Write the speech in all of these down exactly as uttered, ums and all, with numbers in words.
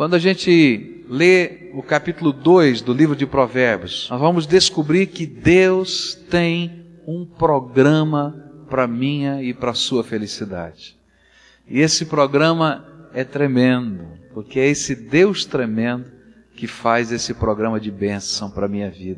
Quando a gente lê o capítulo dois do livro de Provérbios, nós vamos descobrir que Deus tem um programa para minha e para a sua felicidade. E esse programa é tremendo, porque é esse Deus tremendo que faz esse programa de bênção para a minha vida.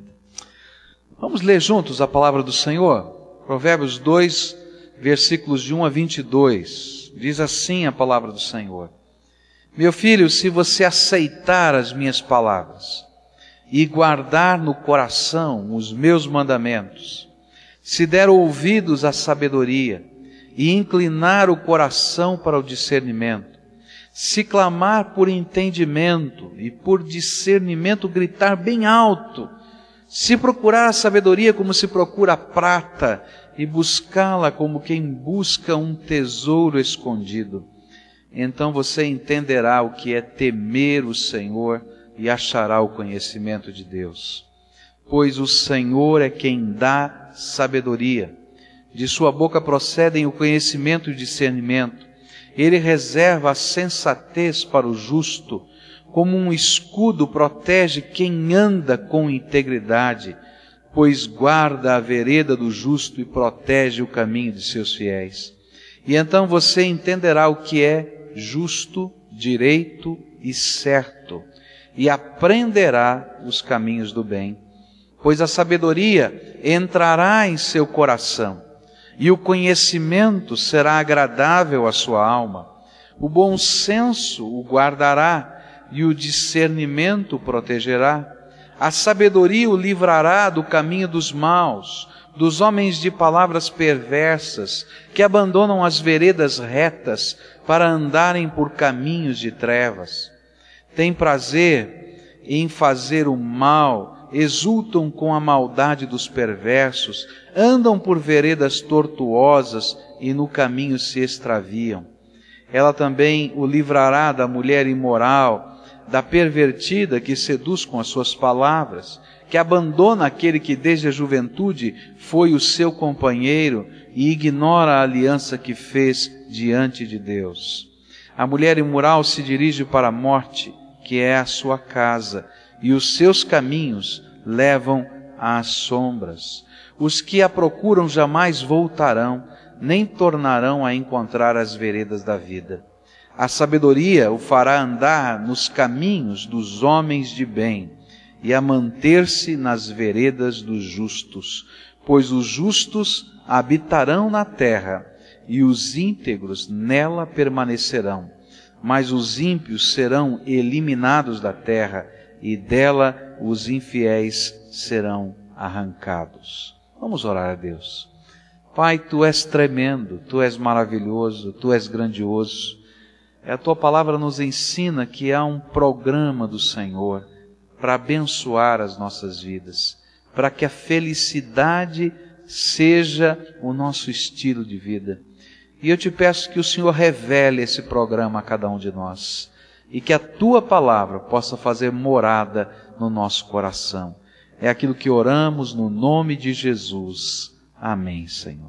Vamos ler juntos a palavra do Senhor? Provérbios dois, versículos de um a vinte e dois. Diz assim a palavra do Senhor: Meu filho, se você aceitar as minhas palavras e guardar no coração os meus mandamentos, se der ouvidos à sabedoria e inclinar o coração para o discernimento, se clamar por entendimento e por discernimento gritar bem alto, se procurar a sabedoria como se procura a prata e buscá-la como quem busca um tesouro escondido, então você entenderá o que é temer o Senhor e achará o conhecimento de Deus. Pois o Senhor é quem dá sabedoria. De sua boca procedem o conhecimento e o discernimento. Ele reserva a sensatez para o justo, como um escudo protege quem anda com integridade, pois guarda a vereda do justo e protege o caminho de seus fiéis. E então você entenderá o que é justo, direito e certo, e aprenderá os caminhos do bem. Pois a sabedoria entrará em seu coração, e o conhecimento será agradável à sua alma. O bom senso o guardará, e o discernimento o protegerá. A sabedoria o livrará do caminho dos maus, dos homens de palavras perversas, que abandonam as veredas retas para andarem por caminhos de trevas. Tem prazer em fazer o mal, exultam com a maldade dos perversos, andam por veredas tortuosas e no caminho se extraviam. Ela também o livrará da mulher imoral, da pervertida que seduz com as suas palavras, que abandona aquele que desde a juventude foi o seu companheiro e ignora a aliança que fez diante de Deus. A mulher imoral se dirige para a morte, que é a sua casa, e os seus caminhos levam às sombras. Os que a procuram jamais voltarão, nem tornarão a encontrar as veredas da vida. A sabedoria o fará andar nos caminhos dos homens de bem e a manter-se nas veredas dos justos, pois os justos habitarão na terra e os íntegros nela permanecerão, mas os ímpios serão eliminados da terra e dela os infiéis serão arrancados. Vamos orar a Deus. Pai, Tu és tremendo, Tu és maravilhoso, Tu és grandioso. A Tua palavra nos ensina que há um programa do Senhor para abençoar as nossas vidas, para que a felicidade seja o nosso estilo de vida. E eu te peço que o Senhor revele esse programa a cada um de nós e que a Tua palavra possa fazer morada no nosso coração. É aquilo que oramos no nome de Jesus. Amém, Senhor.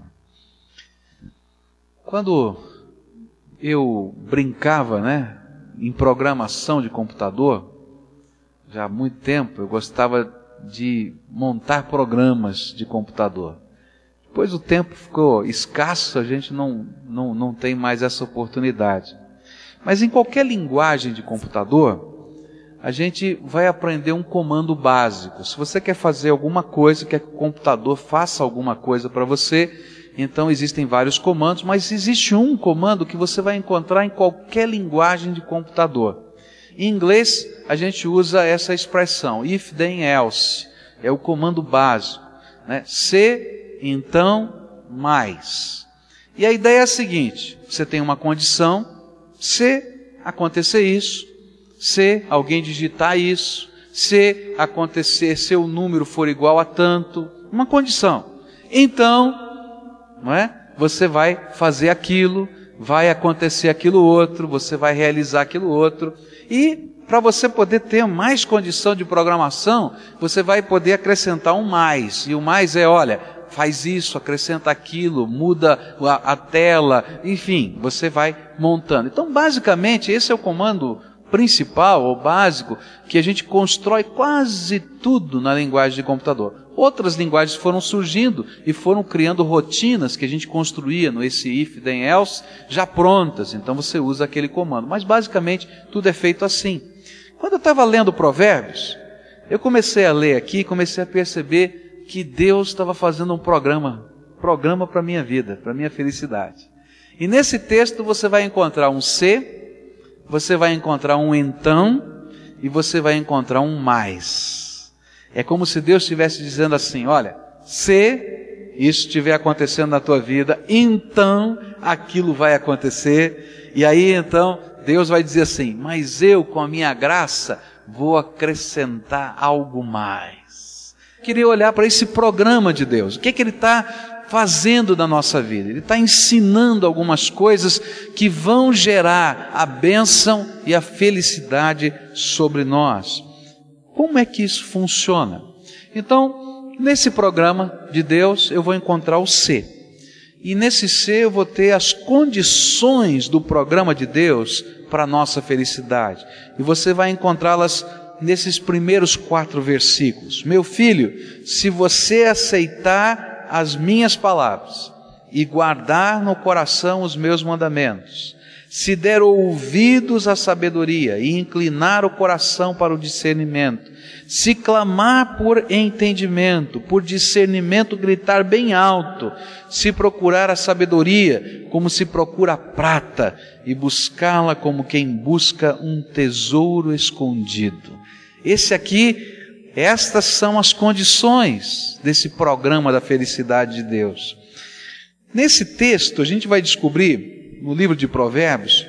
Quando eu brincava, né, em programação de computador, já há muito tempo, eu gostava de montar programas de computador. Depois o tempo ficou escasso, a gente não, não, não tem mais essa oportunidade. Mas em qualquer linguagem de computador, a gente vai aprender um comando básico. Se você quer fazer alguma coisa, quer que o computador faça alguma coisa para você, então existem vários comandos, mas existe um comando que você vai encontrar em qualquer linguagem de computador. Em inglês, a gente usa essa expressão, if then else, é o comando básico, né? Se, então, mais. E a ideia é a seguinte: você tem uma condição, se acontecer isso, se alguém digitar isso, se acontecer, se o número for igual a tanto, uma condição. Então, não é? Você vai fazer aquilo, vai acontecer aquilo outro, você vai realizar aquilo outro. E para você poder ter mais condição de programação, você vai poder acrescentar um mais. E o mais é, olha, faz isso, acrescenta aquilo, muda a, a tela, enfim, você vai montando. Então, basicamente, esse é o comando principal ou básico que a gente constrói quase tudo na linguagem de computador. Outras linguagens foram surgindo e foram criando rotinas que a gente construía no esse if, then else, já prontas. Então você usa aquele comando. Mas basicamente tudo é feito assim. Quando eu estava lendo Provérbios, eu comecei a ler aqui, comecei a perceber que Deus estava fazendo um programa, programa para a minha vida, para a minha felicidade. E nesse texto você vai encontrar um se, você vai encontrar um então e você vai encontrar um mais. É como se Deus estivesse dizendo assim, olha, se isso estiver acontecendo na tua vida, então aquilo vai acontecer. E aí então Deus vai dizer assim, mas eu com a minha graça vou acrescentar algo mais. Eu queria olhar para esse programa de Deus. O que é que Ele está fazendo na nossa vida? Ele está ensinando algumas coisas que vão gerar a bênção e a felicidade sobre nós. Como é que isso funciona? Então, nesse programa de Deus, eu vou encontrar o se. E nesse se eu vou ter as condições do programa de Deus para a nossa felicidade. E você vai encontrá-las nesses primeiros quatro versículos. Meu filho, se você aceitar as minhas palavras e guardar no coração os meus mandamentos, se der ouvidos à sabedoria e inclinar o coração para o discernimento, se clamar por entendimento, por discernimento gritar bem alto, se procurar a sabedoria como se procura a prata e buscá-la como quem busca um tesouro escondido. Esse aqui, estas são as condições desse programa da felicidade de Deus. Nesse texto a gente vai descobrir no livro de Provérbios,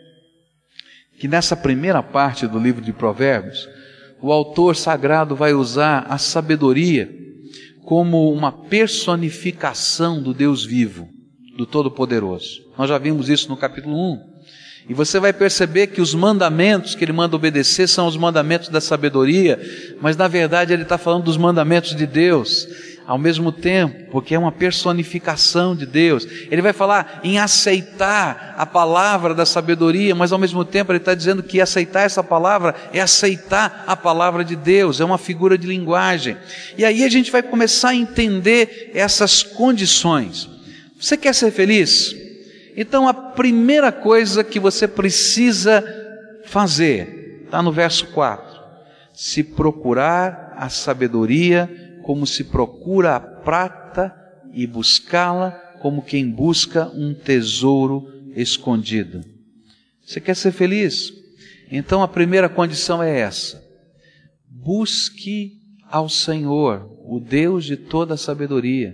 que nessa primeira parte do livro de Provérbios, o autor sagrado vai usar a sabedoria como uma personificação do Deus vivo, do Todo-Poderoso. Nós já vimos isso no capítulo um. E você vai perceber que os mandamentos que ele manda obedecer são os mandamentos da sabedoria, mas na verdade ele está falando dos mandamentos de Deus ao mesmo tempo, porque é uma personificação de Deus. Ele vai falar em aceitar a palavra da sabedoria, mas ao mesmo tempo ele está dizendo que aceitar essa palavra é aceitar a palavra de Deus, é uma figura de linguagem. E aí a gente vai começar a entender essas condições. Você quer ser feliz? Então a primeira coisa que você precisa fazer, está no verso quatro, se procurar a sabedoria como se procura a prata e buscá-la como quem busca um tesouro escondido. Você quer ser feliz? Então a primeira condição é essa: busque ao Senhor, o Deus de toda a sabedoria.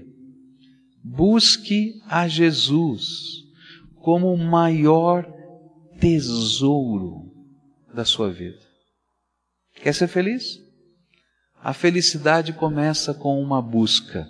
Busque a Jesus como o maior tesouro da sua vida. Quer ser feliz? A felicidade começa com uma busca.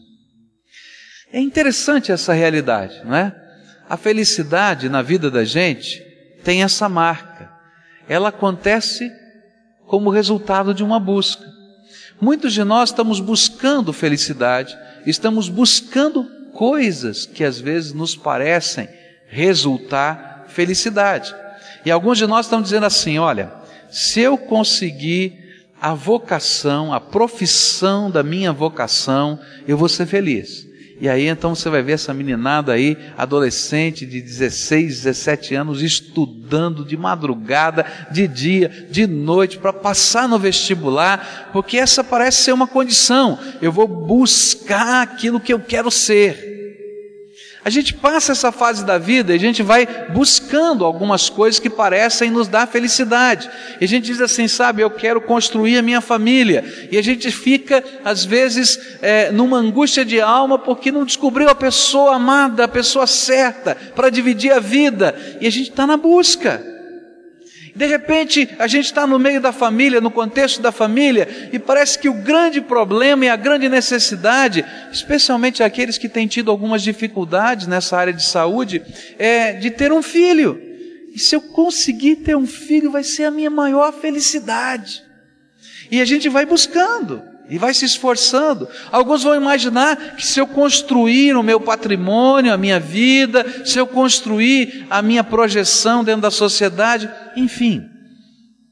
É interessante essa realidade, não é? A felicidade na vida da gente tem essa marca. Ela acontece como resultado de uma busca. Muitos de nós estamos buscando felicidade, estamos buscando coisas que às vezes nos parecem resultar felicidade. E alguns de nós estão dizendo assim, olha, se eu conseguir a vocação, a profissão da minha vocação, eu vou ser feliz. E aí então você vai ver essa meninada aí, adolescente de dezesseis, dezessete anos, estudando de madrugada, de dia, de noite, para passar no vestibular, porque essa parece ser uma condição. Eu vou buscar aquilo que eu quero ser. A gente passa essa fase da vida e a gente vai buscando algumas coisas que parecem nos dar felicidade. E a gente diz assim, sabe, eu quero construir a minha família. E a gente fica, às vezes, é, numa angústia de alma porque não descobriu a pessoa amada, a pessoa certa para dividir a vida. E a gente está na busca. De repente, a gente está no meio da família, no contexto da família, e parece que o grande problema e a grande necessidade, especialmente aqueles que têm tido algumas dificuldades nessa área de saúde, é de ter um filho. E se eu conseguir ter um filho, vai ser a minha maior felicidade. E a gente vai buscando, e vai se esforçando. Alguns vão imaginar que se eu construir o meu patrimônio, a minha vida, se eu construir a minha projeção dentro da sociedade, enfim,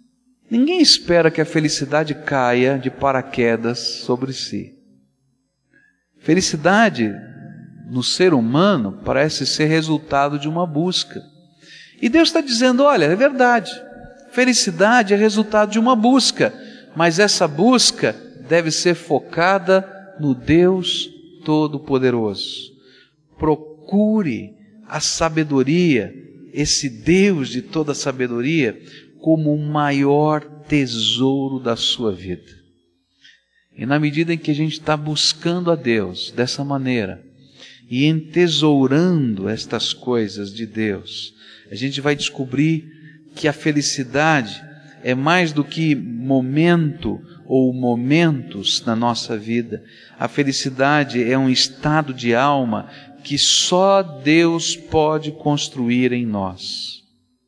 Ninguém espera que a felicidade caia de paraquedas sobre si. Felicidade no ser humano parece ser resultado de uma busca. E Deus está dizendo, olha, é verdade, felicidade é resultado de uma busca, mas essa busca deve ser focada no Deus Todo-Poderoso. Procure a sabedoria, esse Deus de toda sabedoria, como o maior tesouro da sua vida. E na medida em que a gente está buscando a Deus dessa maneira, e entesourando estas coisas de Deus, a gente vai descobrir que a felicidade é mais do que momento ou momentos na nossa vida. A felicidade é um estado de alma que só Deus pode construir em nós.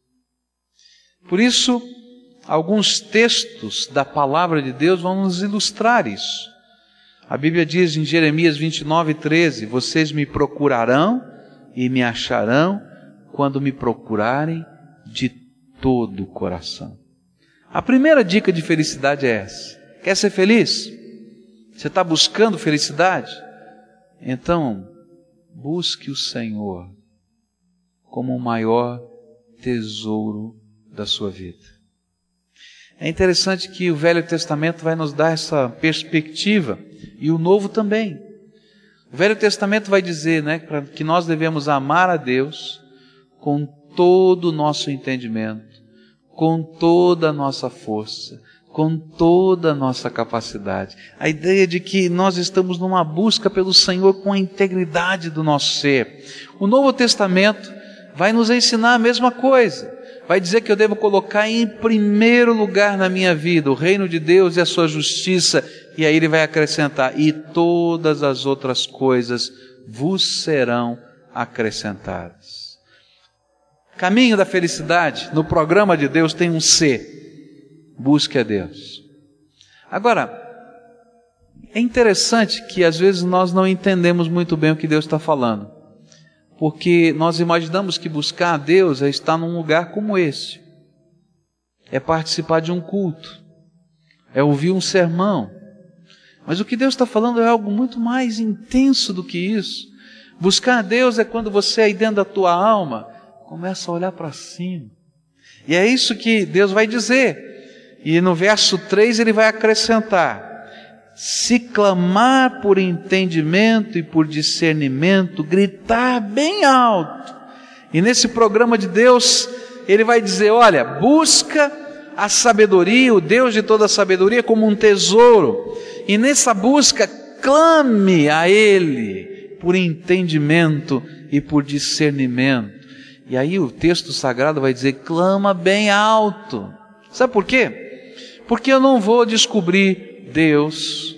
Por isso, alguns textos da palavra de Deus vão nos ilustrar isso. A Bíblia diz em Jeremias vinte e nove, treze, vocês me procurarão e me acharão quando me procurarem de todo o coração. A primeira dica de felicidade é essa. Quer ser feliz? Você está buscando felicidade? Então, busque o Senhor como o maior tesouro da sua vida. É interessante que o Velho Testamento vai nos dar essa perspectiva, e o Novo também. O Velho Testamento vai dizer, né, que nós devemos amar a Deus com todo o nosso entendimento, com toda a nossa força, com toda a nossa capacidade. A ideia de que nós estamos numa busca pelo Senhor com a integridade do nosso ser. O Novo Testamento vai nos ensinar a mesma coisa. Vai dizer que eu devo colocar em primeiro lugar na minha vida o reino de Deus e a sua justiça, e aí ele vai acrescentar, e todas as outras coisas vos serão acrescentadas. Caminho da felicidade, no programa de Deus tem um C, busque a Deus. Agora, é interessante que às vezes nós não entendemos muito bem o que Deus está falando. Porque nós imaginamos que buscar a Deus é estar num lugar como esse. É participar de um culto. É ouvir um sermão. Mas o que Deus está falando é algo muito mais intenso do que isso. Buscar a Deus é quando você aí dentro da tua alma começa a olhar para cima. E é isso que Deus vai dizer. E no verso três ele vai acrescentar: se clamar por entendimento e por discernimento, gritar bem alto. E nesse programa de Deus, ele vai dizer, olha, busca a sabedoria, o Deus de toda a sabedoria, como um tesouro. E nessa busca, clame a Ele por entendimento e por discernimento. E aí o texto sagrado vai dizer, clama bem alto. Sabe por quê? Porque eu não vou descobrir Deus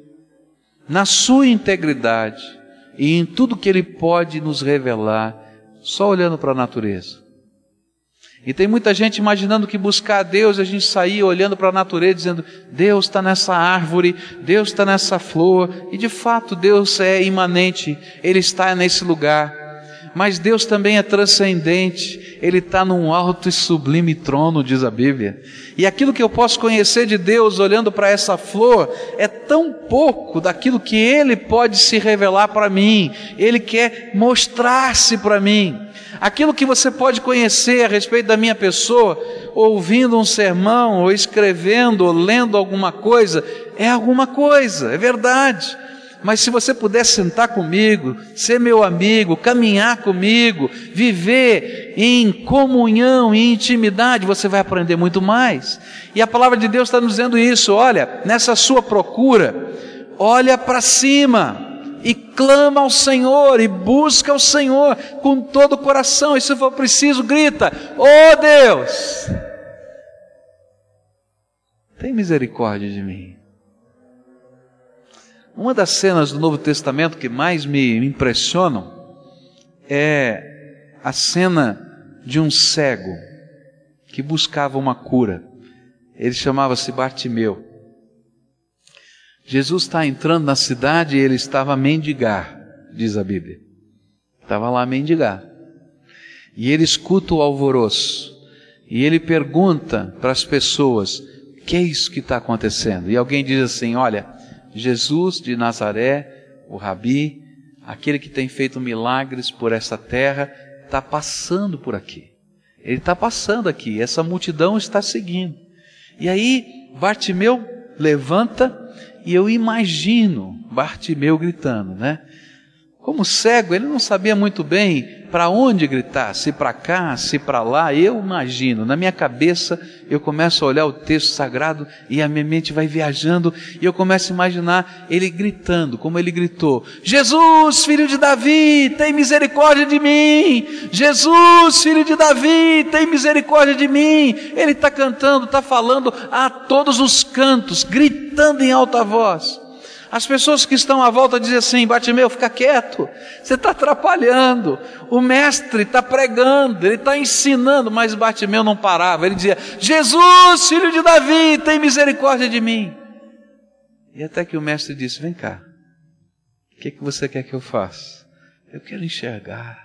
na sua integridade e em tudo que Ele pode nos revelar só olhando para a natureza. E tem muita gente imaginando que buscar a Deus, a gente sair olhando para a natureza dizendo, Deus está nessa árvore, Deus está nessa flor, e de fato Deus é imanente, Ele está nesse lugar. Mas Deus também é transcendente, Ele está num alto e sublime trono, diz a Bíblia. E aquilo que eu posso conhecer de Deus olhando para essa flor é tão pouco daquilo que Ele pode se revelar para mim. Ele quer mostrar-se para mim. Aquilo que você pode conhecer a respeito da minha pessoa, ouvindo um sermão, ou escrevendo, ou lendo alguma coisa, é alguma coisa, é verdade. Mas se você puder sentar comigo, ser meu amigo, caminhar comigo, viver em comunhão, em intimidade, você vai aprender muito mais. E a palavra de Deus está nos dizendo isso, olha, nessa sua procura, olha para cima e clama ao Senhor e busca ao Senhor com todo o coração. E se for preciso, grita, oh Deus, tem misericórdia de mim. Uma das cenas do Novo Testamento que mais me impressionam é a cena de um cego que buscava uma cura. Ele chamava-se Bartimeu. Jesus está entrando na cidade e ele estava a mendigar, diz a Bíblia. Estava lá a mendigar. E ele escuta o alvoroço. E ele pergunta para as pessoas, que é isso que está acontecendo? E alguém diz assim, olha, Jesus de Nazaré, o Rabi, aquele que tem feito milagres por essa terra, está passando por aqui. Ele está passando aqui, essa multidão está seguindo. E aí Bartimeu levanta e eu imagino Bartimeu gritando, né? Como cego, ele não sabia muito bem para onde gritar, se para cá, se para lá. Eu imagino, na minha cabeça, eu começo a olhar o texto sagrado e a minha mente vai viajando e eu começo a imaginar ele gritando, como ele gritou: Jesus, filho de Davi, tem misericórdia de mim! Jesus, filho de Davi, tem misericórdia de mim! Ele está cantando, está falando a todos os cantos, gritando em alta voz. As pessoas que estão à volta dizem assim: Bartimeu, fica quieto, você está atrapalhando, o mestre está pregando, ele está ensinando. Mas Bartimeu não parava, ele dizia: Jesus, filho de Davi, tem misericórdia de mim. E até que o mestre disse: vem cá, o que, que você quer que eu faça? Eu quero enxergar.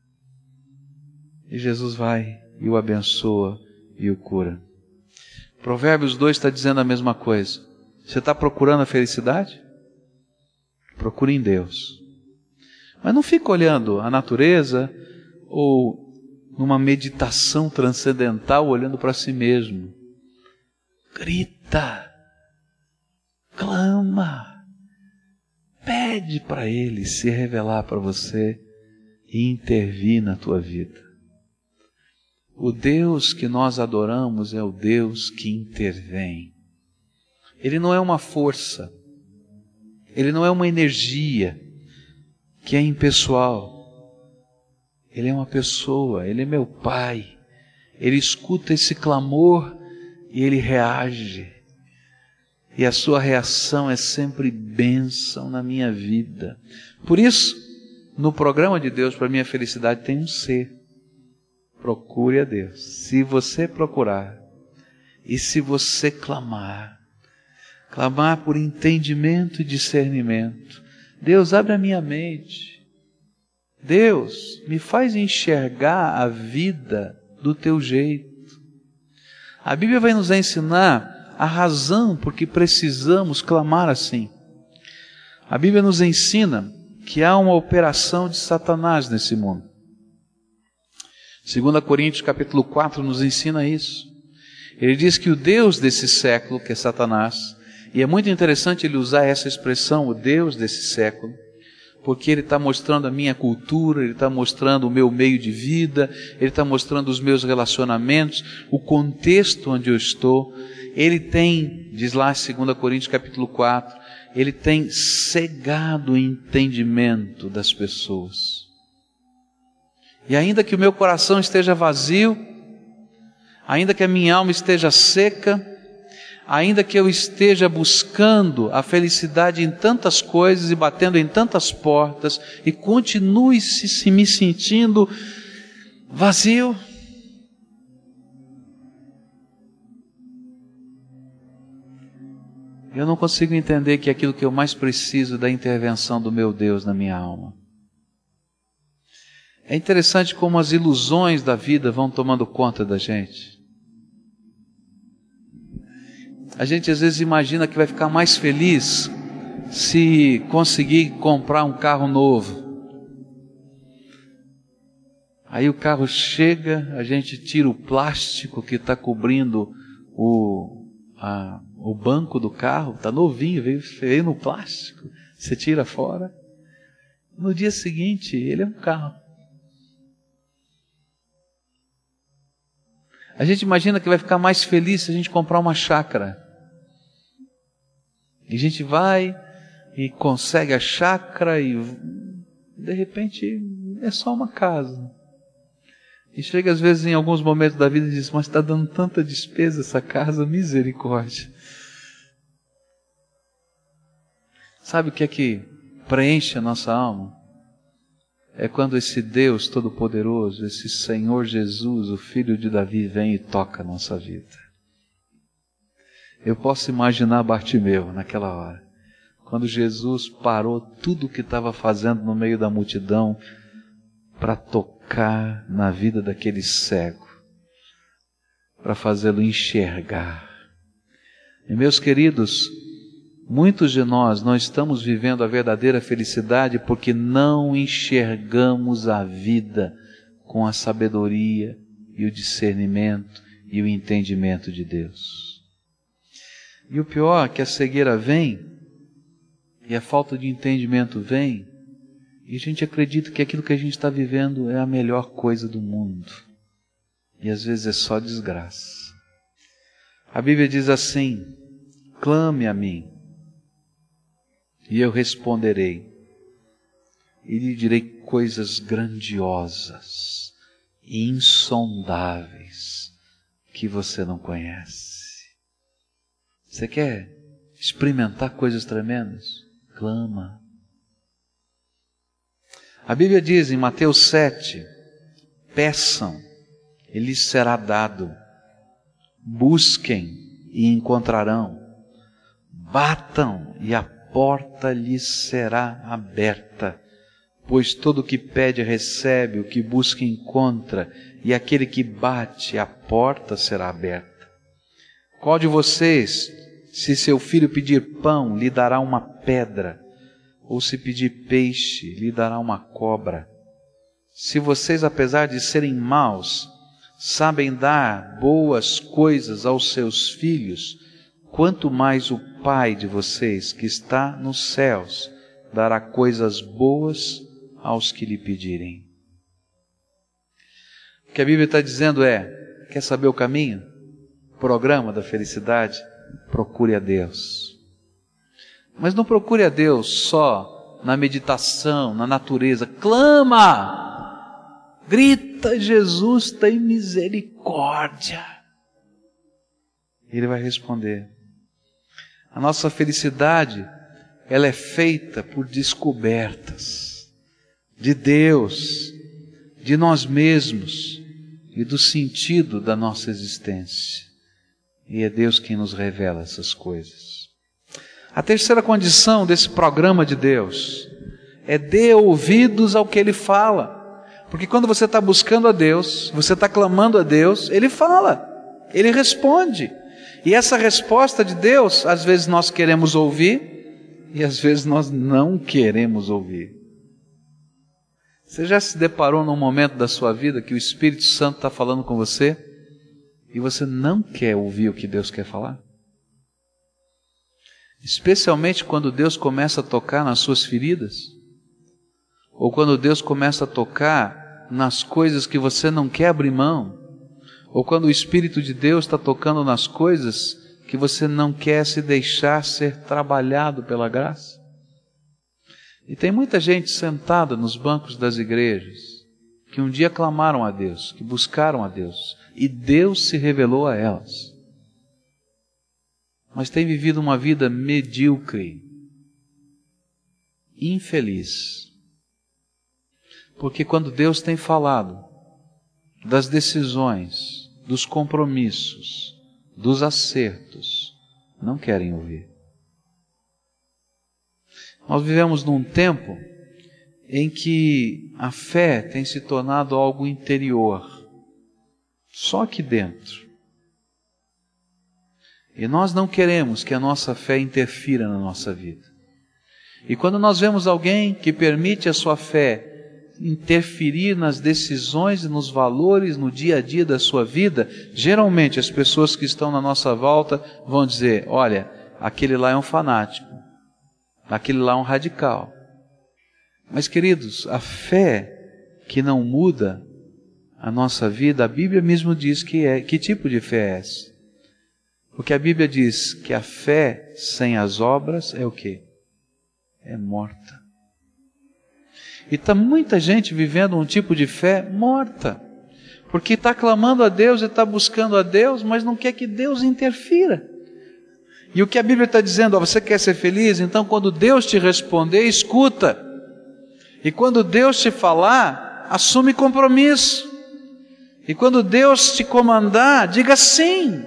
E Jesus vai e o abençoa e o cura. Provérbios dois está dizendo a mesma coisa. Você está procurando a felicidade? Procure em Deus. Mas não fica olhando a natureza ou numa meditação transcendental olhando para si mesmo. Grita, clama, pede para Ele se revelar para você e intervir na tua vida. O Deus que nós adoramos é o Deus que intervém. Ele não é uma força, Ele não é uma energia que é impessoal. Ele é uma pessoa, Ele é meu Pai. Ele escuta esse clamor e Ele reage. E a sua reação é sempre bênção na minha vida. Por isso, no programa de Deus para minha felicidade tem um C. Procure a Deus. Se você procurar e se você clamar, clamar por entendimento e discernimento. Deus, abre a minha mente. Deus, me faz enxergar a vida do teu jeito. A Bíblia vai nos ensinar a razão por que precisamos clamar assim. A Bíblia nos ensina que há uma operação de Satanás nesse mundo. Segunda Coríntios capítulo quatro nos ensina isso. Ele diz que o Deus desse século, que é Satanás, e é muito interessante ele usar essa expressão, o Deus desse século, porque ele está mostrando a minha cultura, ele está mostrando o meu meio de vida, ele está mostrando os meus relacionamentos, o contexto onde eu estou. Ele tem, diz lá em Segunda Coríntios capítulo quatro, ele tem cegado o entendimento das pessoas. E ainda que o meu coração esteja vazio, ainda que a minha alma esteja seca, ainda que eu esteja buscando a felicidade em tantas coisas e batendo em tantas portas e continue se, se me sentindo vazio, eu não consigo entender que aquilo que eu mais preciso é da intervenção do meu Deus na minha alma. É interessante como as ilusões da vida vão tomando conta da gente. A gente às vezes imagina que vai ficar mais feliz se conseguir comprar um carro novo. Aí o carro chega, a gente tira o plástico que está cobrindo o, a, o banco do carro, está novinho, veio, veio no plástico, você tira fora. No dia seguinte, ele é um carro. A gente imagina que vai ficar mais feliz se a gente comprar uma chácara. E a gente vai e consegue a chácara e de repente é só uma casa. E chega às vezes em alguns momentos da vida e diz: mas está dando tanta despesa essa casa, misericórdia. Sabe o que é que preenche a nossa alma? É quando esse Deus Todo-Poderoso, esse Senhor Jesus, o Filho de Davi, vem e toca a nossa vida. Eu posso imaginar Bartimeu naquela hora, quando Jesus parou tudo o que estava fazendo no meio da multidão para tocar na vida daquele cego, para fazê-lo enxergar. E meus queridos, muitos de nós não estamos vivendo a verdadeira felicidade porque não enxergamos a vida com a sabedoria e o discernimento e o entendimento de Deus. E o pior é que a cegueira vem e a falta de entendimento vem e a gente acredita que aquilo que a gente está vivendo é a melhor coisa do mundo. E às vezes é só desgraça. A Bíblia diz assim: clame a mim e eu responderei e lhe direi coisas grandiosas e insondáveis que você não conhece. Você quer experimentar coisas tremendas? Clama. A Bíblia diz em Mateus sete: peçam e lhes será dado, busquem e encontrarão, batam e a porta lhes será aberta. Pois todo o que pede recebe, o que busca encontra, e aquele que bate, a porta será aberta. Qual de vocês, se seu filho pedir pão, lhe dará uma pedra? Ou se pedir peixe, lhe dará uma cobra? Se vocês, apesar de serem maus, sabem dar boas coisas aos seus filhos, quanto mais o Pai de vocês, que está nos céus, dará coisas boas aos que lhe pedirem. O que a Bíblia está dizendo é: quer saber o caminho? Programa da felicidade? Procure a Deus. Mas não procure a Deus só na meditação, na natureza. Clama! Grita: Jesus, tem misericórdia. Ele vai responder. A nossa felicidade, ela é feita por descobertas de Deus, de nós mesmos e do sentido da nossa existência. E é Deus quem nos revela essas coisas. A terceira condição desse programa de Deus é dê ouvidos ao que Ele fala. Porque quando você está buscando a Deus, você está clamando a Deus, Ele fala, Ele responde. E essa resposta de Deus, às vezes nós queremos ouvir e às vezes nós não queremos ouvir. Você já se deparou num momento da sua vida que o Espírito Santo está falando com você e você não quer ouvir o que Deus quer falar? Especialmente quando Deus começa a tocar nas suas feridas, ou quando Deus começa a tocar nas coisas que você não quer abrir mão, ou quando o Espírito de Deus está tocando nas coisas que você não quer se deixar ser trabalhado pela graça. E tem muita gente sentada nos bancos das igrejas que um dia clamaram a Deus, que buscaram a Deus, e Deus se revelou a elas. Mas tem vivido uma vida medíocre, infeliz. Porque quando Deus tem falado das decisões, dos compromissos, dos acertos, não querem ouvir. Nós vivemos num tempo em que a fé tem se tornado algo interior, só aqui dentro. E nós não queremos que a nossa fé interfira na nossa vida. E quando nós vemos alguém que permite a sua fé interferir nas decisões e nos valores no dia a dia da sua vida, geralmente as pessoas que estão na nossa volta vão dizer: olha, aquele lá é um fanático, aquele lá é um radical. Mas, queridos, a fé que não muda a nossa vida, a Bíblia mesmo diz que é. Que tipo de fé é essa? Porque a Bíblia diz que a fé sem as obras é o quê? É morta. E está muita gente vivendo um tipo de fé morta, porque está clamando a Deus e está buscando a Deus, mas não quer que Deus interfira. E o que a Bíblia está dizendo: ó, você quer ser feliz? Então quando Deus te responder, escuta. E quando Deus te falar, assume compromisso. E quando Deus te comandar, diga sim.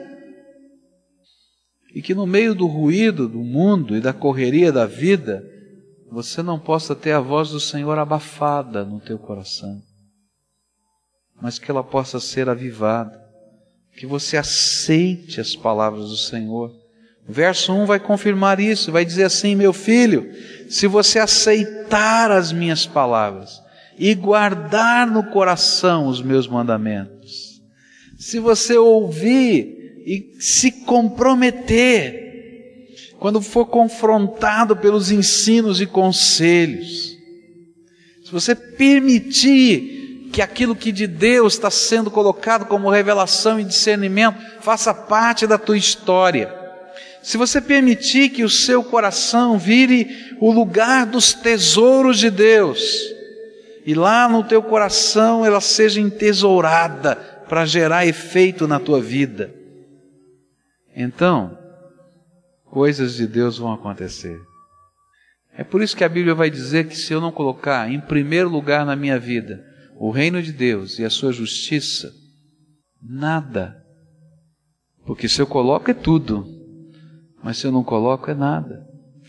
E que no meio do ruído do mundo e da correria da vida, você não possa ter a voz do Senhor abafada no teu coração, mas que ela possa ser avivada, que você aceite as palavras do Senhor, O verso um vai confirmar isso, vai dizer assim: meu filho, se você aceitar as minhas palavras e guardar no coração os meus mandamentos, se você ouvir e se comprometer, quando for confrontado pelos ensinos e conselhos, se você permitir que aquilo que de Deus está sendo colocado como revelação e discernimento faça parte da tua história, se você permitir que o seu coração vire o lugar dos tesouros de Deus, e lá no teu coração ela seja entesourada para gerar efeito na tua vida, então coisas de Deus vão acontecer. É por isso que a Bíblia vai dizer que se eu não colocar em primeiro lugar na minha vida o reino de Deus e a sua justiça, nada. Porque se eu coloco é tudo, mas se eu não coloco é nada.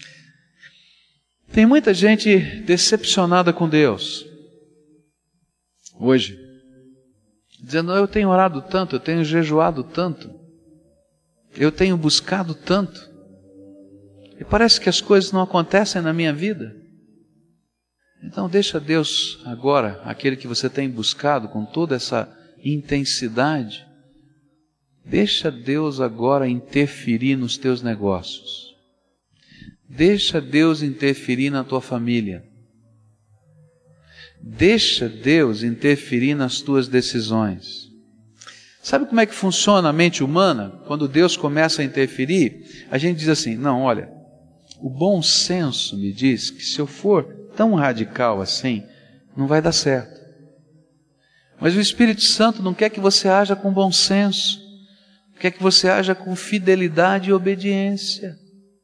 Tem muita gente decepcionada com Deus hoje, dizendo: eu tenho orado tanto, eu tenho jejuado tanto, eu tenho buscado tanto, e parece que as coisas não acontecem na minha vida. Então deixa Deus agora, aquele que você tem buscado com toda essa intensidade, deixa Deus agora interferir nos teus negócios. Deixa Deus interferir na tua família. Deixa Deus interferir nas tuas decisões. Sabe como é que funciona a mente humana? Quando Deus começa a interferir, a gente diz assim: não, olha, o bom senso me diz que se eu for tão radical assim, não vai dar certo. Mas o Espírito Santo não quer que você haja com bom senso, quer que você haja com fidelidade e obediência.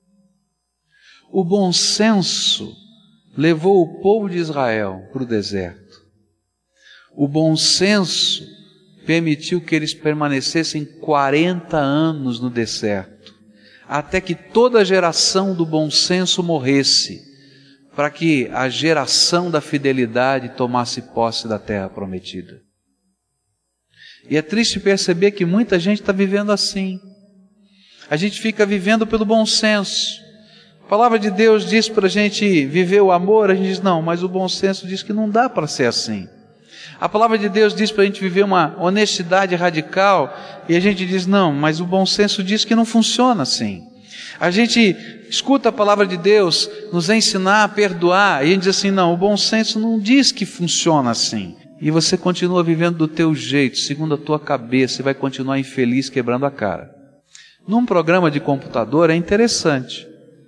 O bom senso levou o povo de Israel para o deserto. O bom senso permitiu que eles permanecessem quarenta anos no deserto, até que toda a geração do bom senso morresse, para que a geração da fidelidade tomasse posse da terra prometida. E é triste perceber que muita gente está vivendo assim. A gente fica vivendo pelo bom senso. A palavra de Deus diz para a gente viver o amor, a gente diz: não, mas o bom senso diz que não dá para ser assim. A palavra de Deus diz para a gente viver uma honestidade radical, e a gente diz: não, mas o bom senso diz que não funciona assim. A gente escuta a palavra de Deus nos ensinar a perdoar, e a gente diz assim: não, o bom senso não diz que funciona assim. E você continua vivendo do teu jeito, segundo a tua cabeça, e vai continuar infeliz, quebrando a cara. Num programa de computador é interessante,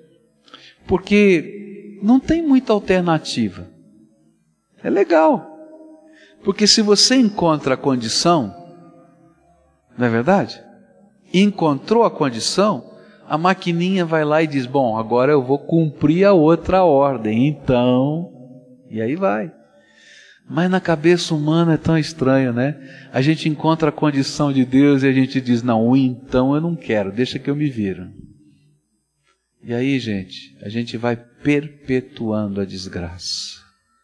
porque não tem muita alternativa. É legal, porque se você encontra a condição, não é verdade? Encontrou a condição, a maquininha vai lá e diz: bom, agora eu vou cumprir a outra ordem, então, e aí vai. Mas na cabeça humana é tão estranho, né? A gente encontra a condição de Deus e a gente diz: não, o então eu não quero, deixa que eu me viro. E aí, gente, a gente vai perpetuando a desgraça.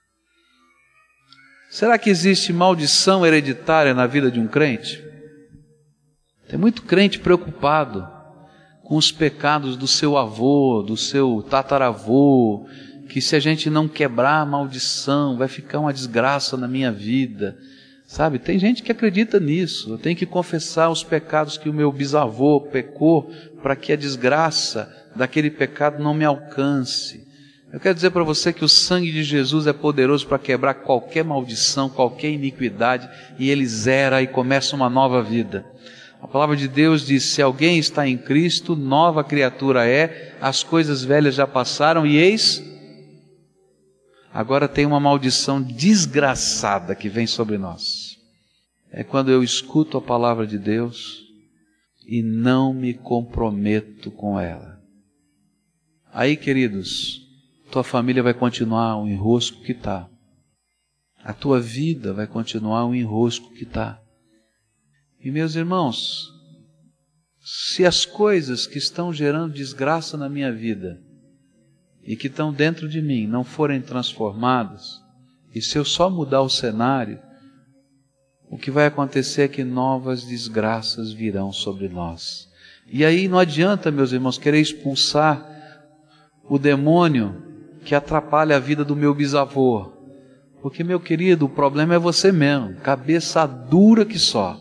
Será que existe maldição hereditária na vida de um crente? Tem muito crente preocupado com os pecados do seu avô, do seu tataravô, que se a gente não quebrar a maldição, vai ficar uma desgraça na minha vida. Sabe, tem gente que acredita nisso. Eu tenho que confessar os pecados que o meu bisavô pecou, para que a desgraça daquele pecado não me alcance. Eu quero dizer para você que o sangue de Jesus é poderoso para quebrar qualquer maldição, qualquer iniquidade, e ele zera e começa uma nova vida. A palavra de Deus diz: se alguém está em Cristo, nova criatura é, as coisas velhas já passaram e eis, agora tem uma maldição desgraçada que vem sobre nós. É quando eu escuto a palavra de Deus e não me comprometo com ela. Aí, queridos, tua família vai continuar o enrosco que está. A tua vida vai continuar o enrosco que está. E meus irmãos, se as coisas que estão gerando desgraça na minha vida e que estão dentro de mim não forem transformadas, e se eu só mudar o cenário, o que vai acontecer é que novas desgraças virão sobre nós. E aí não adianta, meus irmãos, querer expulsar o demônio que atrapalha a vida do meu bisavô. Porque, meu querido, o problema é você mesmo, cabeça dura que só.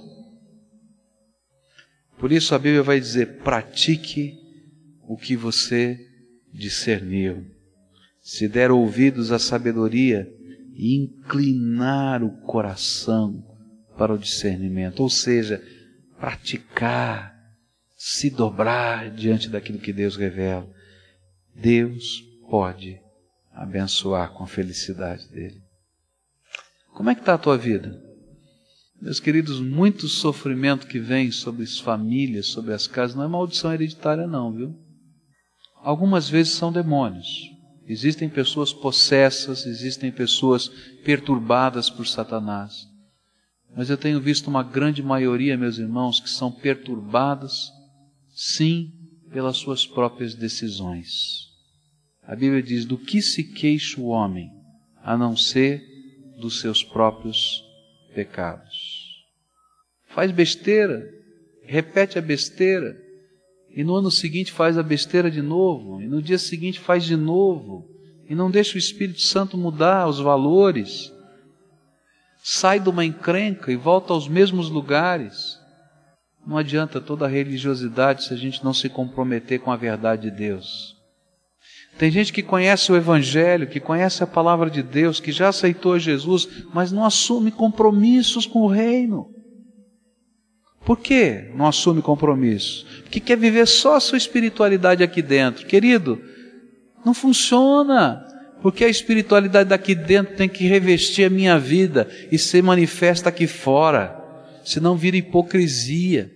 Por isso a Bíblia vai dizer, pratique o que você discerniu. Se der ouvidos à sabedoria e inclinar o coração para o discernimento. Ou seja, praticar, se dobrar diante daquilo que Deus revela. Deus pode abençoar com a felicidade dele. Como é que está a tua vida? Meus queridos, muito sofrimento que vem sobre as famílias, sobre as casas, não é maldição hereditária não, viu? Algumas vezes são demônios. Existem pessoas possessas, existem pessoas perturbadas por Satanás. Mas eu tenho visto uma grande maioria, meus irmãos, que são perturbadas, sim, pelas suas próprias decisões. A Bíblia diz, do que se queixa o homem, a não ser dos seus próprios pecados. Faz besteira, repete a besteira, e no ano seguinte faz a besteira de novo, e no dia seguinte faz de novo, e não deixa o Espírito Santo mudar os valores. Sai de uma encrenca e volta aos mesmos lugares. Não adianta toda a religiosidade se a gente não se comprometer com a verdade de Deus. Tem gente que conhece o Evangelho, que conhece a palavra de Deus, que já aceitou Jesus, mas não assume compromissos com o reino. Por que não assume compromisso? Porque quer viver só a sua espiritualidade aqui dentro. Querido, não funciona. Porque a espiritualidade daqui dentro tem que revestir a minha vida e ser manifesta aqui fora. Senão vira hipocrisia.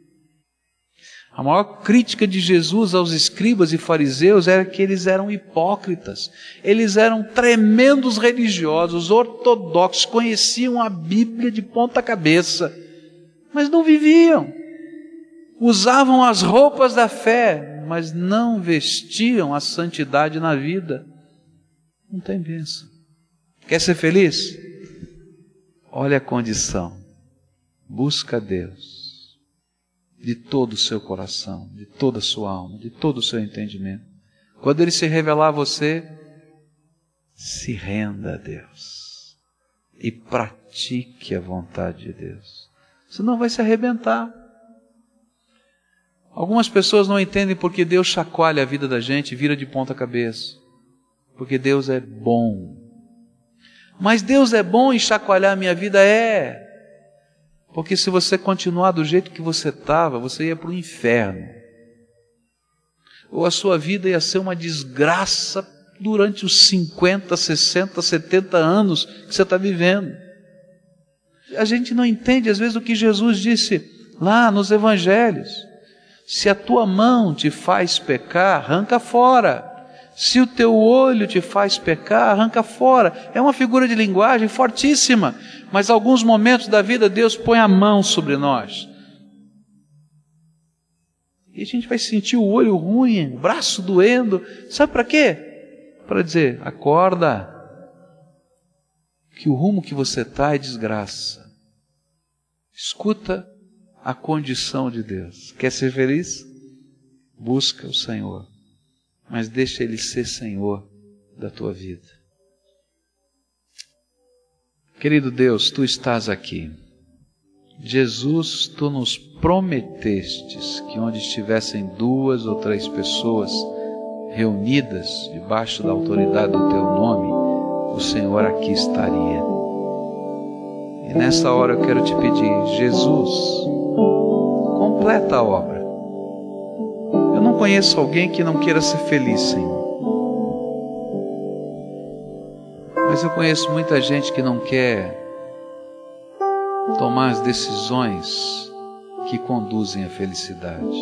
A maior crítica de Jesus aos escribas e fariseus era que eles eram hipócritas. Eles eram tremendos religiosos, ortodoxos, conheciam a Bíblia de ponta cabeça, mas não viviam. Usavam as roupas da fé, mas não vestiam a santidade na vida. Não tem bênção. Quer ser feliz? Olha a condição. Busca Deus. De todo o seu coração, de toda a sua alma, de todo o seu entendimento. Quando Ele se revelar a você, se renda a Deus. E pratique a vontade de Deus. Senão vai se arrebentar. Algumas pessoas não entendem porque Deus chacoalha a vida da gente e vira de ponta cabeça. Porque Deus é bom. Mas Deus é bom e chacoalhar a minha vida é... Porque se você continuar do jeito que você estava, você ia para o inferno. Ou a sua vida ia ser uma desgraça durante os cinquenta, sessenta, setenta anos que você está vivendo. A gente não entende às vezes o que Jesus disse lá nos evangelhos. Se a tua mão te faz pecar, arranca fora. Se o teu olho te faz pecar, arranca fora. É uma figura de linguagem fortíssima. Mas em alguns momentos da vida Deus põe a mão sobre nós. E a gente vai sentir o olho ruim, o braço doendo. Sabe para quê? Para dizer, acorda. Que o rumo que você está é desgraça. Escuta a condição de Deus. Quer ser feliz? Busca o Senhor. Mas deixa Ele ser Senhor da tua vida. Querido Deus, Tu estás aqui. Jesus, Tu nos prometestes que onde estivessem duas ou três pessoas reunidas debaixo da autoridade do Teu nome, o Senhor aqui estaria. E nessa hora eu quero te pedir, Jesus, completa a obra. Eu não conheço alguém que não queira ser feliz, Senhor. Mas eu conheço muita gente que não quer tomar as decisões que conduzem à felicidade.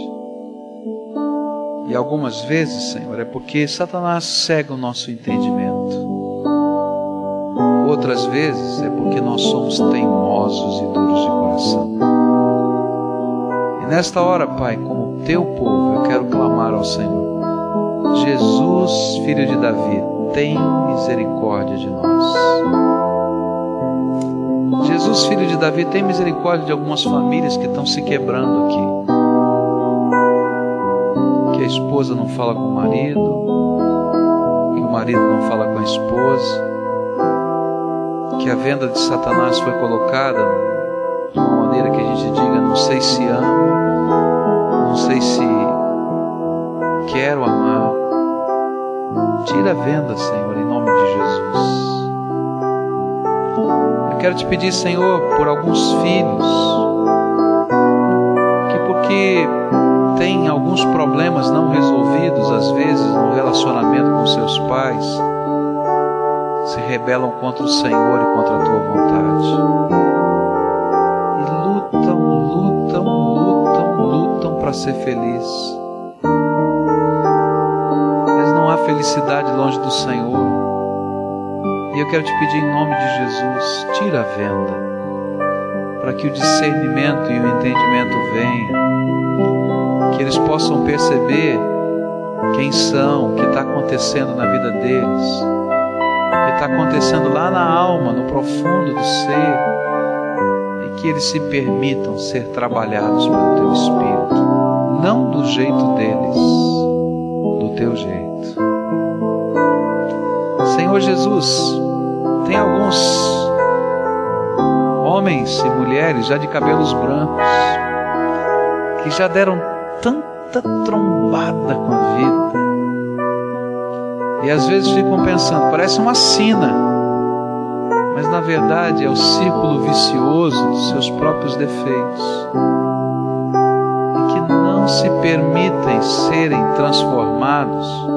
E algumas vezes, Senhor, é porque Satanás cega o nosso entendimento. Outras vezes é porque nós somos teimosos e duros de coração. E nesta hora, Pai, como Teu povo, eu quero clamar ao Senhor. Jesus, Filho de Davi, tem misericórdia de nós. Jesus, Filho de Davi, tem misericórdia de algumas famílias que estão se quebrando aqui. que a esposa não fala com o marido, que o marido não fala com a esposa, que a venda de Satanás foi colocada de uma maneira que a gente diga, não sei se amo, não sei se quero amar. Tira a venda, Senhor, em nome de Jesus. Eu quero te pedir, Senhor, por alguns filhos que, porque tem alguns problemas não resolvidos, às vezes, no relacionamento com seus pais, se rebelam contra o Senhor e contra a tua vontade. E lutam, lutam, lutam, lutam para ser feliz. Mas não há felicidade longe do Senhor. E eu quero te pedir em nome de Jesus, tira a venda, para que o discernimento e o entendimento venham, que eles possam perceber quem são, o que está acontecendo na vida deles, o que está acontecendo lá na alma, no profundo do ser, e que eles se permitam ser trabalhados pelo teu Espírito, não do jeito deles, do teu jeito. Senhor Jesus, tem alguns homens e mulheres já de cabelos brancos que já deram tanta trombada com a vida e às vezes ficam pensando, parece uma sina, mas na verdade é o círculo vicioso dos seus próprios defeitos, e que não se permitem serem transformados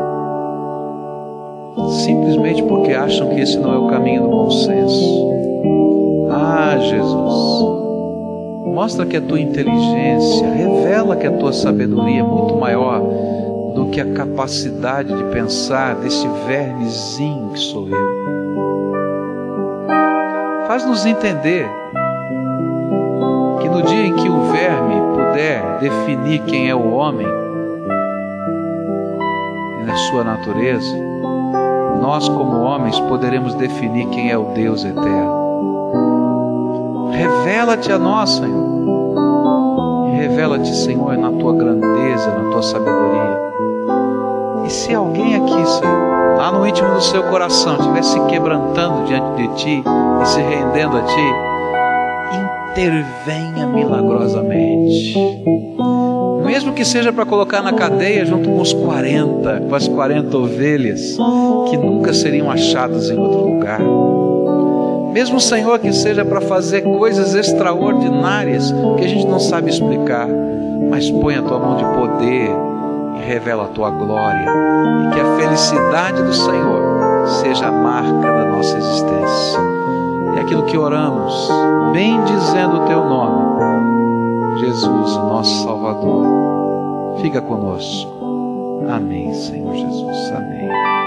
simplesmente porque acham que esse não é o caminho do bom senso. Ah, Jesus, mostra que a tua inteligência, revela que a tua sabedoria é muito maior do que a capacidade de pensar desse vermezinho que sou eu. Faz-nos entender que no dia em que o verme puder definir quem é o homem e na sua natureza, nós como homens poderemos definir quem é o Deus eterno. Revela-te a nós, Senhor. E revela-te, Senhor, na tua grandeza, na tua sabedoria. E se alguém aqui, Senhor, lá no íntimo do seu coração, estiver se quebrantando diante de Ti e se rendendo a Ti, intervenha milagrosamente. Mesmo que seja para colocar na cadeia junto com os quarenta, com as quarenta ovelhas, que nunca seriam achadas em outro lugar. Mesmo, Senhor, que seja para fazer coisas extraordinárias que a gente não sabe explicar, mas põe a tua mão de poder e revela a tua glória, e que a felicidade do Senhor seja a marca da nossa existência. É aquilo que oramos, bendizendo o teu nome, Jesus, o nosso Salvador. Fica conosco. Amém, Senhor Jesus. Amém.